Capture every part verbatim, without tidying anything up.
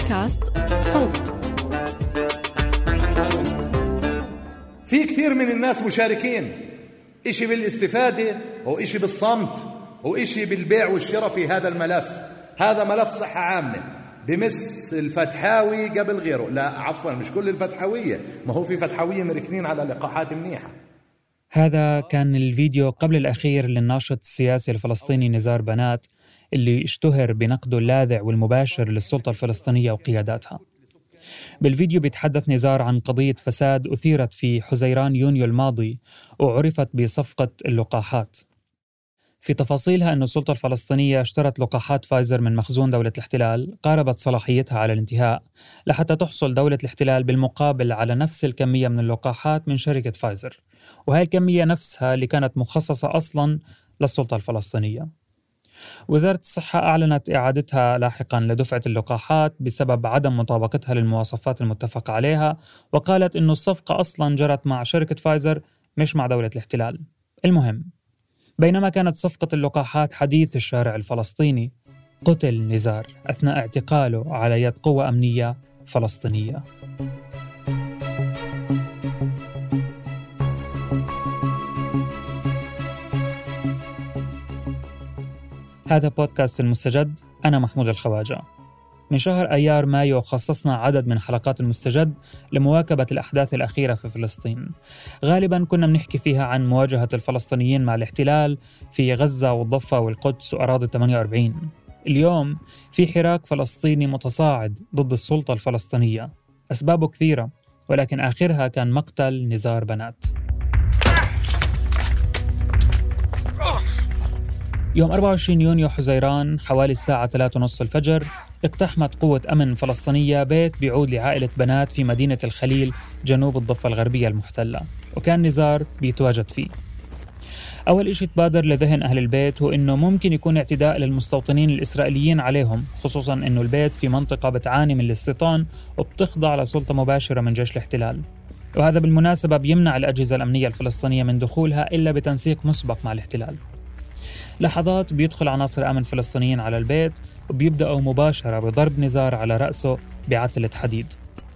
بودكاست صوت. في كثير من الناس مشاركين، إشي بالاستفادة وإشي بالصمت وإشي بالبيع والشراء في هذا الملف. هذا ملف صحة عامة بمس الفتحاوي قبل غيره. لا عفوا، مش كل الفتحاوية، ما هو في فتحاوية مركنين على لقاحات منيحة. هذا كان الفيديو قبل الأخير للناشط السياسي الفلسطيني نزار بنات، اللي اشتهر بنقده اللاذع والمباشر للسلطة الفلسطينية وقياداتها. بالفيديو بيتحدث نزار عن قضية فساد أثيرت في حزيران يونيو الماضي وعرفت بصفقة اللقاحات. في تفاصيلها أن السلطة الفلسطينية اشترت لقاحات فايزر من مخزون دولة الاحتلال قاربت صلاحيتها على الانتهاء، لحتى تحصل دولة الاحتلال بالمقابل على نفس الكمية من اللقاحات من شركة فايزر، وهي الكمية نفسها اللي كانت مخصصة أصلاً للسلطة الفلسطينية. وزارة الصحة أعلنت إعادتها لاحقاً لدفعة اللقاحات بسبب عدم مطابقتها للمواصفات المتفق عليها، وقالت إنه الصفقة أصلاً جرت مع شركة فايزر مش مع دولة الاحتلال. المهم، بينما كانت صفقة اللقاحات حديث الشارع الفلسطيني، قتل نزار أثناء اعتقاله على يد قوة أمنية فلسطينية. هذا بودكاست المستجد، أنا محمود الخواجة. من شهر أيار مايو خصصنا عدد من حلقات المستجد لمواكبة الأحداث الأخيرة في فلسطين. غالباً كنا بنحكي فيها عن مواجهة الفلسطينيين مع الاحتلال في غزة والضفة والقدس وأراضي ثمانية وأربعين. اليوم في حراك فلسطيني متصاعد ضد السلطة الفلسطينية، أسبابه كثيرة، ولكن آخرها كان مقتل نزار بنات. يوم أربعة وعشرين يونيو حزيران حوالي الساعة ثلاثة ونصف الفجر اقتحمت قوة أمن فلسطينية بيت بيعود لعائلة بنات في مدينة الخليل جنوب الضفة الغربية المحتلة، وكان نزار بيتواجد فيه. أول إشي تبادر لذهن أهل البيت هو إنه ممكن يكون اعتداء للمستوطنين الإسرائيليين عليهم، خصوصاً إنه البيت في منطقة بتعاني من الاستيطان وبتخضع لسلطة مباشرة من جيش الاحتلال، وهذا بالمناسبة بيمنع الأجهزة الأمنية الفلسطينية من دخولها إلا بتنسيق مسبق مع الاحتلال. لحظات بيدخل عناصر أمن فلسطينيين على البيت وبيبدأوا مباشرة بضرب نزار على رأسه بعتلة حديد.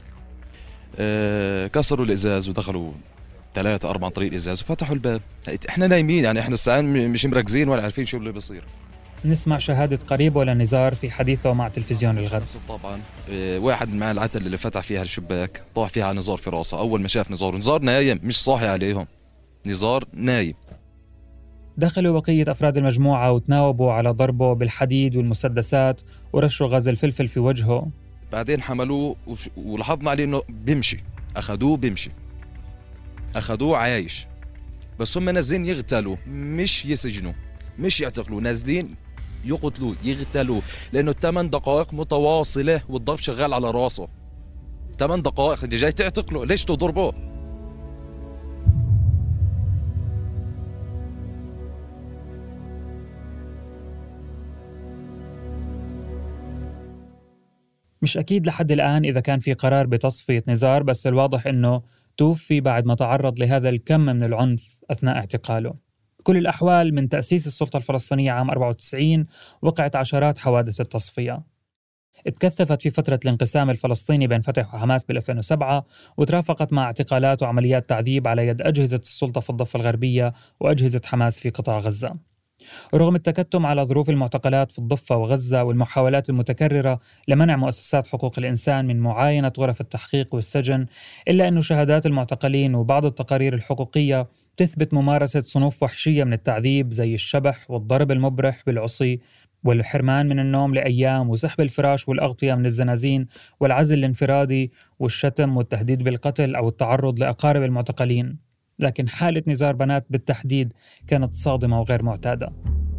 أه كسروا الإزاز ودخلوا ثلاثة أربعة طريق الإزاز وفتحوا الباب. إحنا نايمين، يعني إحنا الساعة مش مركزين ولا عارفين شو اللي بيصير. نسمع شهادة قريبه لنزار في حديثه مع تلفزيون الغد. طبعا أه واحد مع العتل اللي فتح فيها الشباك طاح فيها على نزار في راسه. أول ما شاف نزار، نزار نايم مش صاحي عليهم، نزار نايم. دخلوا بقية أفراد المجموعة وتناوبوا على ضربه بالحديد والمسدسات ورشوا غاز الفلفل في وجهه. بعدين حملوه وش... ولاحظنا عليه إنه بيمشي، أخذوه بيمشي، أخذوه عايش، بس هم نازلين يغتالوا مش يسجنوا مش يعتقلوا، نازلين يقتلوا يغتالوا، لأنه ثمان دقائق متواصلة والضرب شغال على راسه. ثمان دقائق انت جاي تعتقله، ليش تضربه؟ مش أكيد لحد الآن إذا كان في قرار بتصفية نزار، بس الواضح إنه توفي بعد ما تعرض لهذا الكم من العنف أثناء اعتقاله. كل الأحوال، من تأسيس السلطة الفلسطينية عام أربعة وتسعين وقعت عشرات حوادث التصفية. اتكثفت في فترة الانقسام الفلسطيني بين فتح وحماس بالألفين وسبعة، وترافقت مع اعتقالات وعمليات تعذيب على يد أجهزة السلطة في الضفة الغربية وأجهزة حماس في قطاع غزة. رغم التكتم على ظروف المعتقلات في الضفة وغزة والمحاولات المتكررة لمنع مؤسسات حقوق الإنسان من معاينة غرف التحقيق والسجن، إلا أن شهادات المعتقلين وبعض التقارير الحقوقية تثبت ممارسة صنوف وحشية من التعذيب زي الشبح والضرب المبرح بالعصي والحرمان من النوم لأيام وسحب الفراش والأغطية من الزنازين والعزل الانفرادي والشتم والتهديد بالقتل أو التعرض لأقارب المعتقلين. لكن حالة نزار بنات بالتحديد كانت صادمة وغير معتادة.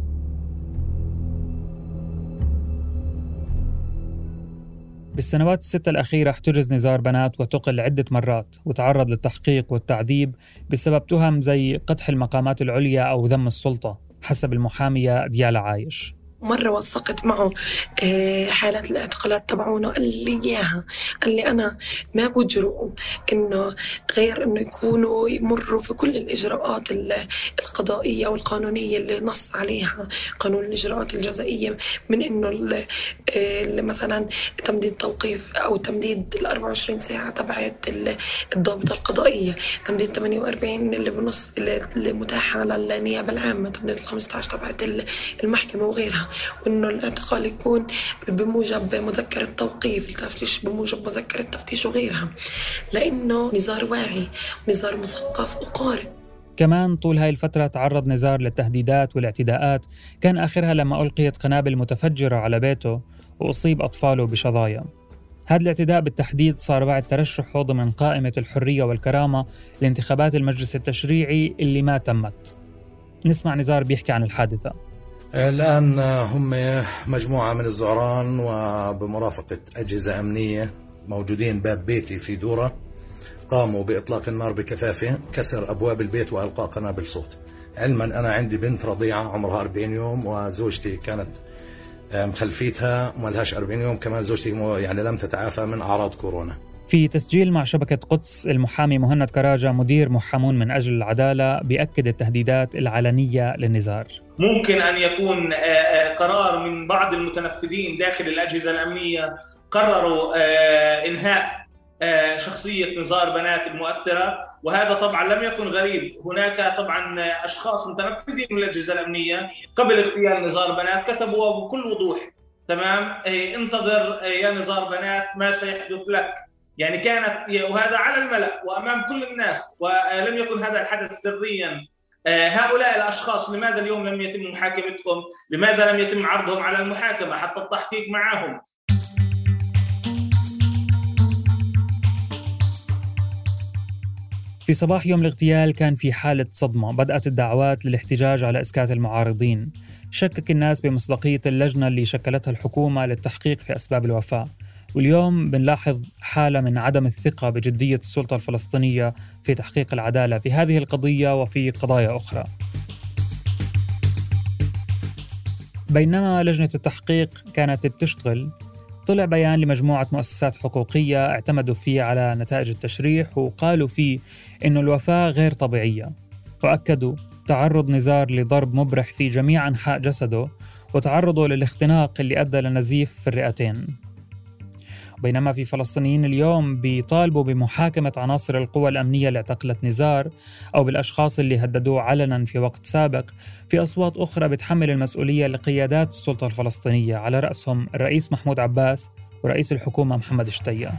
بالسنوات الستة الأخيرة احتجز نزار بنات وتقل عدة مرات وتعرض للتحقيق والتعذيب بسبب تهم زي قدح المقامات العليا أو ذم السلطة حسب المحامية ديالا عايش. مرة وثقت معه حالات الاعتقالات تبعونه، قال لي إياها، قال لي أنا ما بجرؤوا إنه غير إنه يكونوا يمروا في كل الإجراءات القضائية والقانونية اللي نص عليها قانون الإجراءات الجزائية، من إنه مثلا تمديد توقيف أو تمديد ال أربعة وعشرين ساعة تبعت الضابطة القضائية، تمديد ثمانية وأربعين اللي بنص اللي متاحة للنيابة العامة، تمديد ال خمسة عشر تبعت المحكمة وغيرها، وإنه الاعتقال يكون بموجب مذكرة توقيف، التفتيش بموجب مذكرة تفتيش وغيرها، لأنه نزار واعي ونزار مثقف وقارئ. كمان طول هاي الفترة تعرض نزار للتهديدات والاعتداءات، كان آخرها لما ألقيت قنابل متفجرة على بيته وأصيب أطفاله بشظايا. هذا الاعتداء بالتحديد صار بعد ترشحه ضمن قائمة الحرية والكرامة لانتخابات المجلس التشريعي اللي ما تمت. نسمع نزار بيحكي عن الحادثة. الآن هم مجموعة من الزعران وبمرافقة أجهزة أمنية موجودين باب بيتي في دورة، قاموا بإطلاق النار بكثافة، كسر أبواب البيت وإلقاء قنابل صوت. علما أنا عندي بنت رضيعة عمرها أربعين يوم، وزوجتي كانت مخلفيتها وما لهاش أربعين يوم، كمان زوجتي يعني لم تتعافى من أعراض كورونا. في تسجيل مع شبكة قدس، المحامي مهند كراجة مدير محامون من أجل العدالة بيأكد التهديدات العلنية للنزار. ممكن أن يكون قرار من بعض المتنفذين داخل الأجهزة الأمنية قرروا إنهاء شخصية نزار بنات المؤثرة، وهذا طبعا لم يكن غريب. هناك طبعا أشخاص متنفذين من الأجهزة الأمنية قبل اغتيال نزار بنات كتبوا بكل وضوح تمام انتظر يا نزار بنات ما سيحدث لك، يعني كانت، وهذا على الملأ وأمام كل الناس، ولم يكن هذا الحدث سريا. هؤلاء الأشخاص لماذا اليوم لم يتم محاكمتهم؟ لماذا لم يتم عرضهم على المحاكمة حتى التحقيق معهم؟ في صباح يوم الاغتيال كان في حالة صدمة، بدأت الدعوات للاحتجاج على إسكات المعارضين. شكك الناس بمصداقية اللجنة اللي شكلتها الحكومة للتحقيق في أسباب الوفاة. واليوم بنلاحظ حالة من عدم الثقة بجدية السلطة الفلسطينية في تحقيق العدالة في هذه القضية وفي قضايا أخرى. بينما لجنة التحقيق كانت بتشتغل، طلع بيان لمجموعة مؤسسات حقوقية اعتمدوا فيه على نتائج التشريح، وقالوا فيه إنه الوفاة غير طبيعية، وأكدوا تعرض نزار لضرب مبرح في جميع أنحاء جسده وتعرضه للاختناق اللي أدى لنزيف في الرئتين. بينما في فلسطينيين اليوم بيطالبوا بمحاكمة عناصر القوى الأمنية اللي اعتقلت نزار أو بالأشخاص اللي هددوه علنا في وقت سابق، في أصوات أخرى بتحمل المسؤولية لقيادات السلطة الفلسطينية على رأسهم الرئيس محمود عباس ورئيس الحكومة محمد شتية.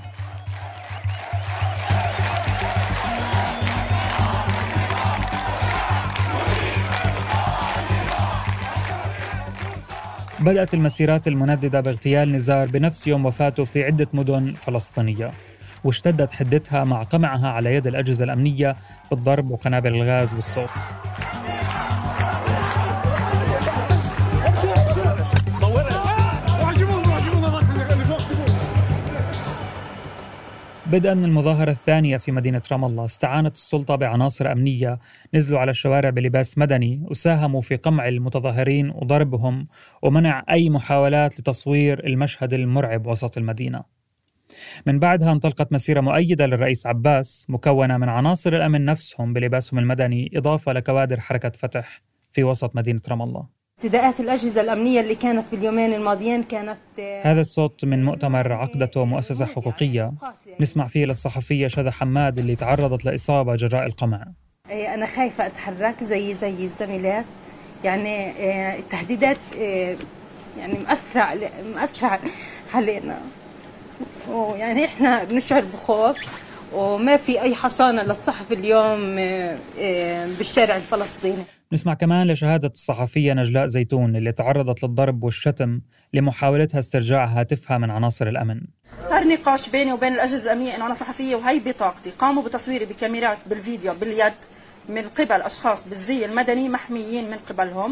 بدأت المسيرات المنددة باغتيال نزار بنفس يوم وفاته في عدة مدن فلسطينية، واشتدت حدتها مع قمعها على يد الأجهزة الأمنية بالضرب وقنابل الغاز والصوت. بدءا من المظاهرة الثانية في مدينة رام الله، استعانت السلطة بعناصر أمنية نزلوا على الشوارع بلباس مدني وساهموا في قمع المتظاهرين وضربهم ومنع أي محاولات لتصوير المشهد المرعب وسط المدينة. من بعدها انطلقت مسيرة مؤيدة للرئيس عباس مكونة من عناصر الأمن نفسهم بلباسهم المدني، إضافة لكوادر حركة فتح في وسط مدينة رام الله. اعتداءات الأجهزة الأمنية اللي كانت باليومين الماضيين كانت. هذا الصوت من مؤتمر عقدته مؤسسة حقوقية نسمع فيه للصحفية شذى حماد اللي تعرضت لإصابة جراء القمع. أنا خايفة أتحرك زي زي الزميلات، يعني التهديدات يعني مأثرة مأثرة علينا، ويعني إحنا بنشعر بخوف وما في أي حصانة للصحف اليوم بالشارع الفلسطيني. نسمع كمان لشهادة الصحفية نجلاء زيتون اللي تعرضت للضرب والشتم لمحاولتها استرجاع هاتفها من عناصر الأمن. صار نقاش بيني وبين الأجهزة الأمنية إنه أنا صحفية وهي بطاقتي، قاموا بتصويري بكاميرات بالفيديو باليد من قبل أشخاص بالزي المدني محميين من قبلهم.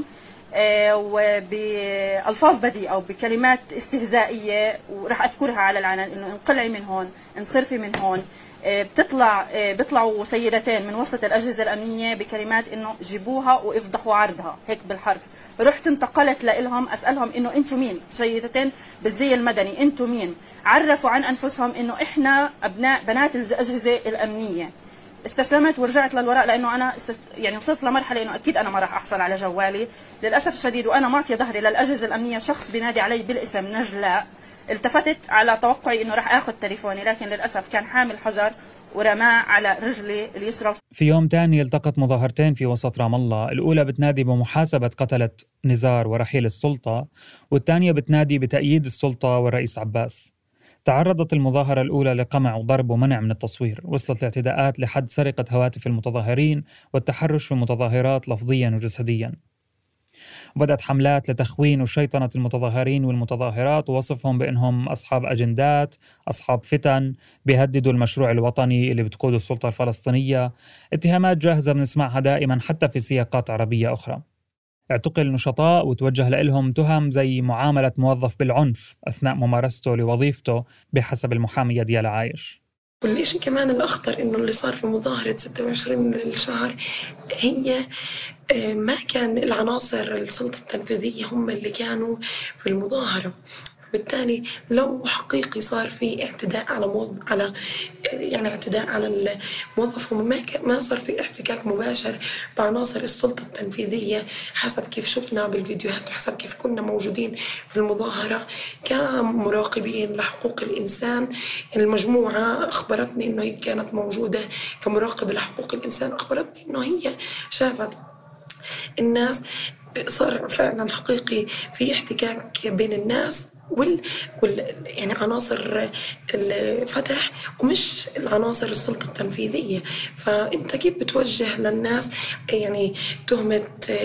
وبألفاظ بذيئة أو بكلمات استهزائية، وراح أذكرها على العلن إنه انقلعي من هون، انصرفي من هون. بتطلع بيطلعوا سيدتين من وسط الأجهزة الأمنية بكلمات إنه جيبوها وافضحوا عرضها، هيك بالحرف. رحت انتقلت لإلهم أسألهم إنه أنتوا مين؟ سيدتين بالزي المدني، أنتوا مين؟ عرفوا عن أنفسهم إنه إحنا أبناء بنات الأجهزة الأمنية. استسلمت ورجعت للوراء، لانه انا استس... يعني وصلت لمرحله انه اكيد انا ما راح احصل على جوالي للاسف الشديد، وانا معطيه ظهري للاجهزه الامنيه. شخص بينادي علي بالاسم نجلاء، التفتت على توقعي انه راح اخذ تليفوني، لكن للاسف كان حامل حجر ورماه على رجلي اليسرى. في يوم تاني التقت مظاهرتين في وسط رام الله، الأولى بتنادي بمحاسبة قتلة نزار ورحيل السلطة، والثانية بتنادي بتأييد السلطة والرئيس عباس. تعرضت المظاهرة الأولى لقمع وضرب ومنع من التصوير، وصلت الاعتداءات لحد سرقة هواتف المتظاهرين والتحرش في المتظاهرات لفظيا وجسديا. وبدأت حملات لتخوين وشيطنة المتظاهرين والمتظاهرات ووصفهم بأنهم أصحاب أجندات، أصحاب فتن، بيهددوا المشروع الوطني اللي بتقوده السلطة الفلسطينية. اتهامات جاهزة بنسمعها دائما حتى في سياقات عربية أخرى. اعتقل نشطاء وتوجه لهم تهم زي معاملة موظف بالعنف أثناء ممارسته لوظيفته بحسب المحامية ديالا عايش. والشيء كمان الأخطر إنه اللي صار في مظاهرة ستة وعشرين الشهر هي ما كان العناصر السلطة التنفيذية هم اللي كانوا في المظاهرة. بالتالي لو حقيقي صار في اعتداء على موظف على يعني اعتداء على الموظف، وما ما صار في احتكاك مباشر بعناصر السلطة التنفيذية حسب كيف شفنا بالفيديوهات وحسب كيف كنا موجودين في المظاهرة كمراقبين لحقوق الإنسان. المجموعة أخبرتني إنه هي كانت موجودة كمراقبة لحقوق الإنسان، أخبرتني إنه هي شافت الناس، صار فعلا حقيقي في احتكاك بين الناس وال, وال... يعني عناصر الفتح ومش العناصر السلطة التنفيذية. فأنت كيف بتوجه للناس يعني تهمة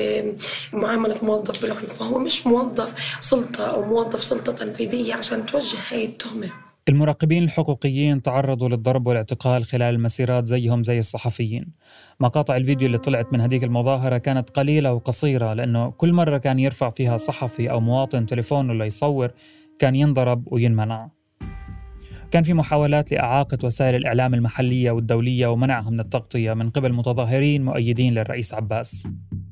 معاملة موظف بالعنف؟ فهو مش موظف سلطة أو موظف سلطة تنفيذية عشان توجه هاي التهمة. المراقبين الحقوقيين تعرضوا للضرب والاعتقال خلال المسيرات زيهم زي الصحفيين. مقاطع الفيديو اللي طلعت من هذيك المظاهرة كانت قليلة وقصيرة، لأنه كل مرة كان يرفع فيها صحفي أو مواطن تليفونه ليصور كان ينضرب وينمنع. كان في محاولات لإعاقة وسائل الإعلام المحلية والدولية ومنعها من التغطية من قبل متظاهرين مؤيدين للرئيس عباس.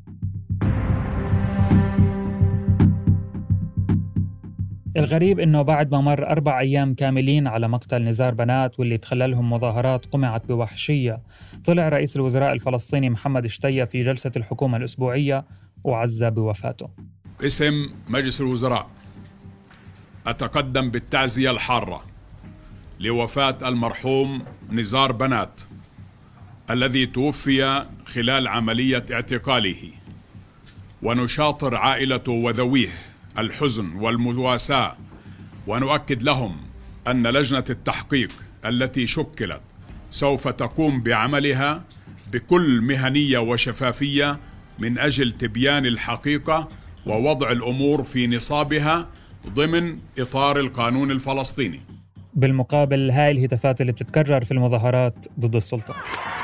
الغريب إنه بعد ما مر أربع أيام كاملين على مقتل نزار بنات واللي تخللهم مظاهرات قمعت بوحشية، طلع رئيس الوزراء الفلسطيني محمد شتية في جلسة الحكومة الأسبوعية وعزى بوفاته. باسم مجلس الوزراء أتقدم بالتعزية الحارة لوفاة المرحوم نزار بنات الذي توفي خلال عملية اعتقاله، ونشاطر عائلته وذويه الحزن والمواساة، ونؤكد لهم أن لجنة التحقيق التي شكلت سوف تقوم بعملها بكل مهنية وشفافية من أجل تبيان الحقيقة ووضع الأمور في نصابها ضمن إطار القانون الفلسطيني. بالمقابل هاي الهتافات اللي بتتكرر في المظاهرات ضد السلطة.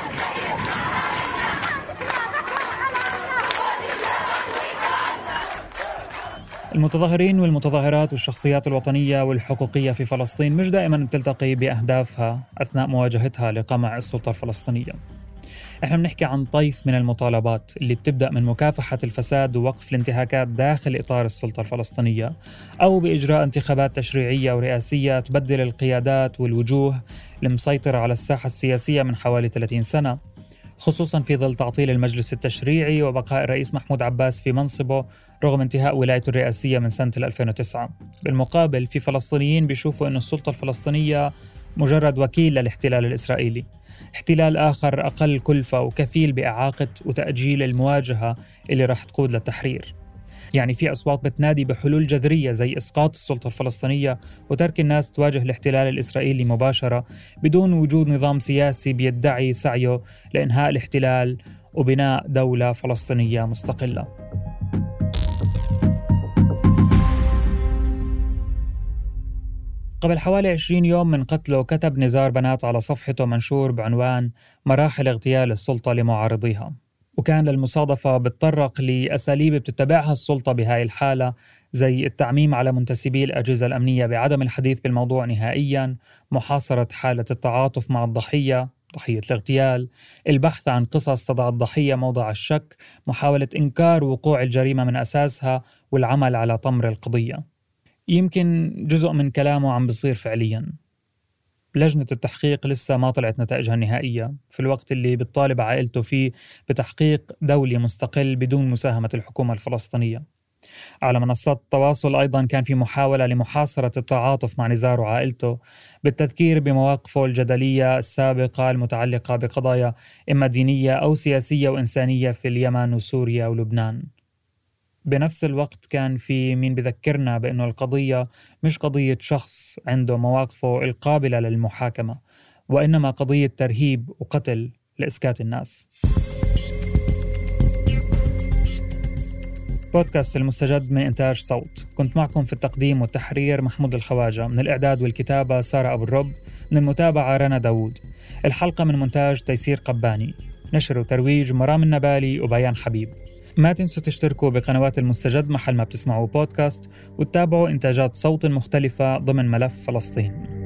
المتظاهرين والمتظاهرات والشخصيات الوطنية والحقوقية في فلسطين مش دائما بتلتقي بأهدافها أثناء مواجهتها لقمع السلطة الفلسطينية. احنا بنحكي عن طيف من المطالبات اللي بتبدأ من مكافحة الفساد ووقف الانتهاكات داخل إطار السلطة الفلسطينية، أو بإجراء انتخابات تشريعية ورئاسية تبدل القيادات والوجوه المسيطرة على الساحة السياسية من حوالي ثلاثين سنة، خصوصاً في ظل تعطيل المجلس التشريعي وبقاء الرئيس محمود عباس في منصبه رغم انتهاء ولايته الرئاسية من سنة ألفين وتسعة. بالمقابل في فلسطينيين بيشوفوا أن السلطة الفلسطينية مجرد وكيل للاحتلال الإسرائيلي، احتلال آخر أقل كلفة وكفيل بإعاقة وتأجيل المواجهة اللي راح تقود للتحرير. يعني في أصوات بتنادي بحلول جذرية زي إسقاط السلطة الفلسطينية وترك الناس تواجه الاحتلال الإسرائيلي مباشرة بدون وجود نظام سياسي بيدعي سعيه لإنهاء الاحتلال وبناء دولة فلسطينية مستقلة. قبل حوالي عشرين يوم من قتله كتب نزار بنات على صفحته منشور بعنوان مراحل اغتيال السلطة لمعارضيها، وكان للمصادفة بتطرق لأساليب بتتبعها السلطة بهاي الحالة، زي التعميم على منتسبي الأجهزة الأمنية بعدم الحديث بالموضوع نهائياً، محاصرة حالة التعاطف مع الضحية ضحية الاغتيال، البحث عن قصص تضع الضحية موضع الشك، محاولة إنكار وقوع الجريمة من أساسها، والعمل على طمر القضية. يمكن جزء من كلامه عم بصير فعلياً. لجنة التحقيق لسه ما طلعت نتائجها النهائية، في الوقت اللي بتطالب عائلته فيه بتحقيق دولي مستقل بدون مساهمة الحكومة الفلسطينية. على منصات التواصل أيضا كان في محاولة لمحاصرة التعاطف مع نزار وعائلته بالتذكير بمواقفه الجدلية السابقة المتعلقة بقضايا إما دينية أو سياسية وإنسانية في اليمن وسوريا ولبنان. بنفس الوقت كان في مين بذكرنا بأنه القضية مش قضية شخص عنده مواقفه القابلة للمحاكمة، وإنما قضية ترهيب وقتل لإسكات الناس. بودكاست المستجد من إنتاج صوت، كنت معكم في التقديم والتحرير محمود الخواجة، من الإعداد والكتابة سارة أبو الرب، من المتابعة رنا داود. الحلقة من مونتاج تيسير قباني، نشر وترويج مرام النبالي وبيان حبيب. ما تنسوا تشتركوا بقنوات المستجد محل ما بتسمعوا بودكاست، وتتابعوا إنتاجات صوت مختلفة ضمن ملف فلسطين.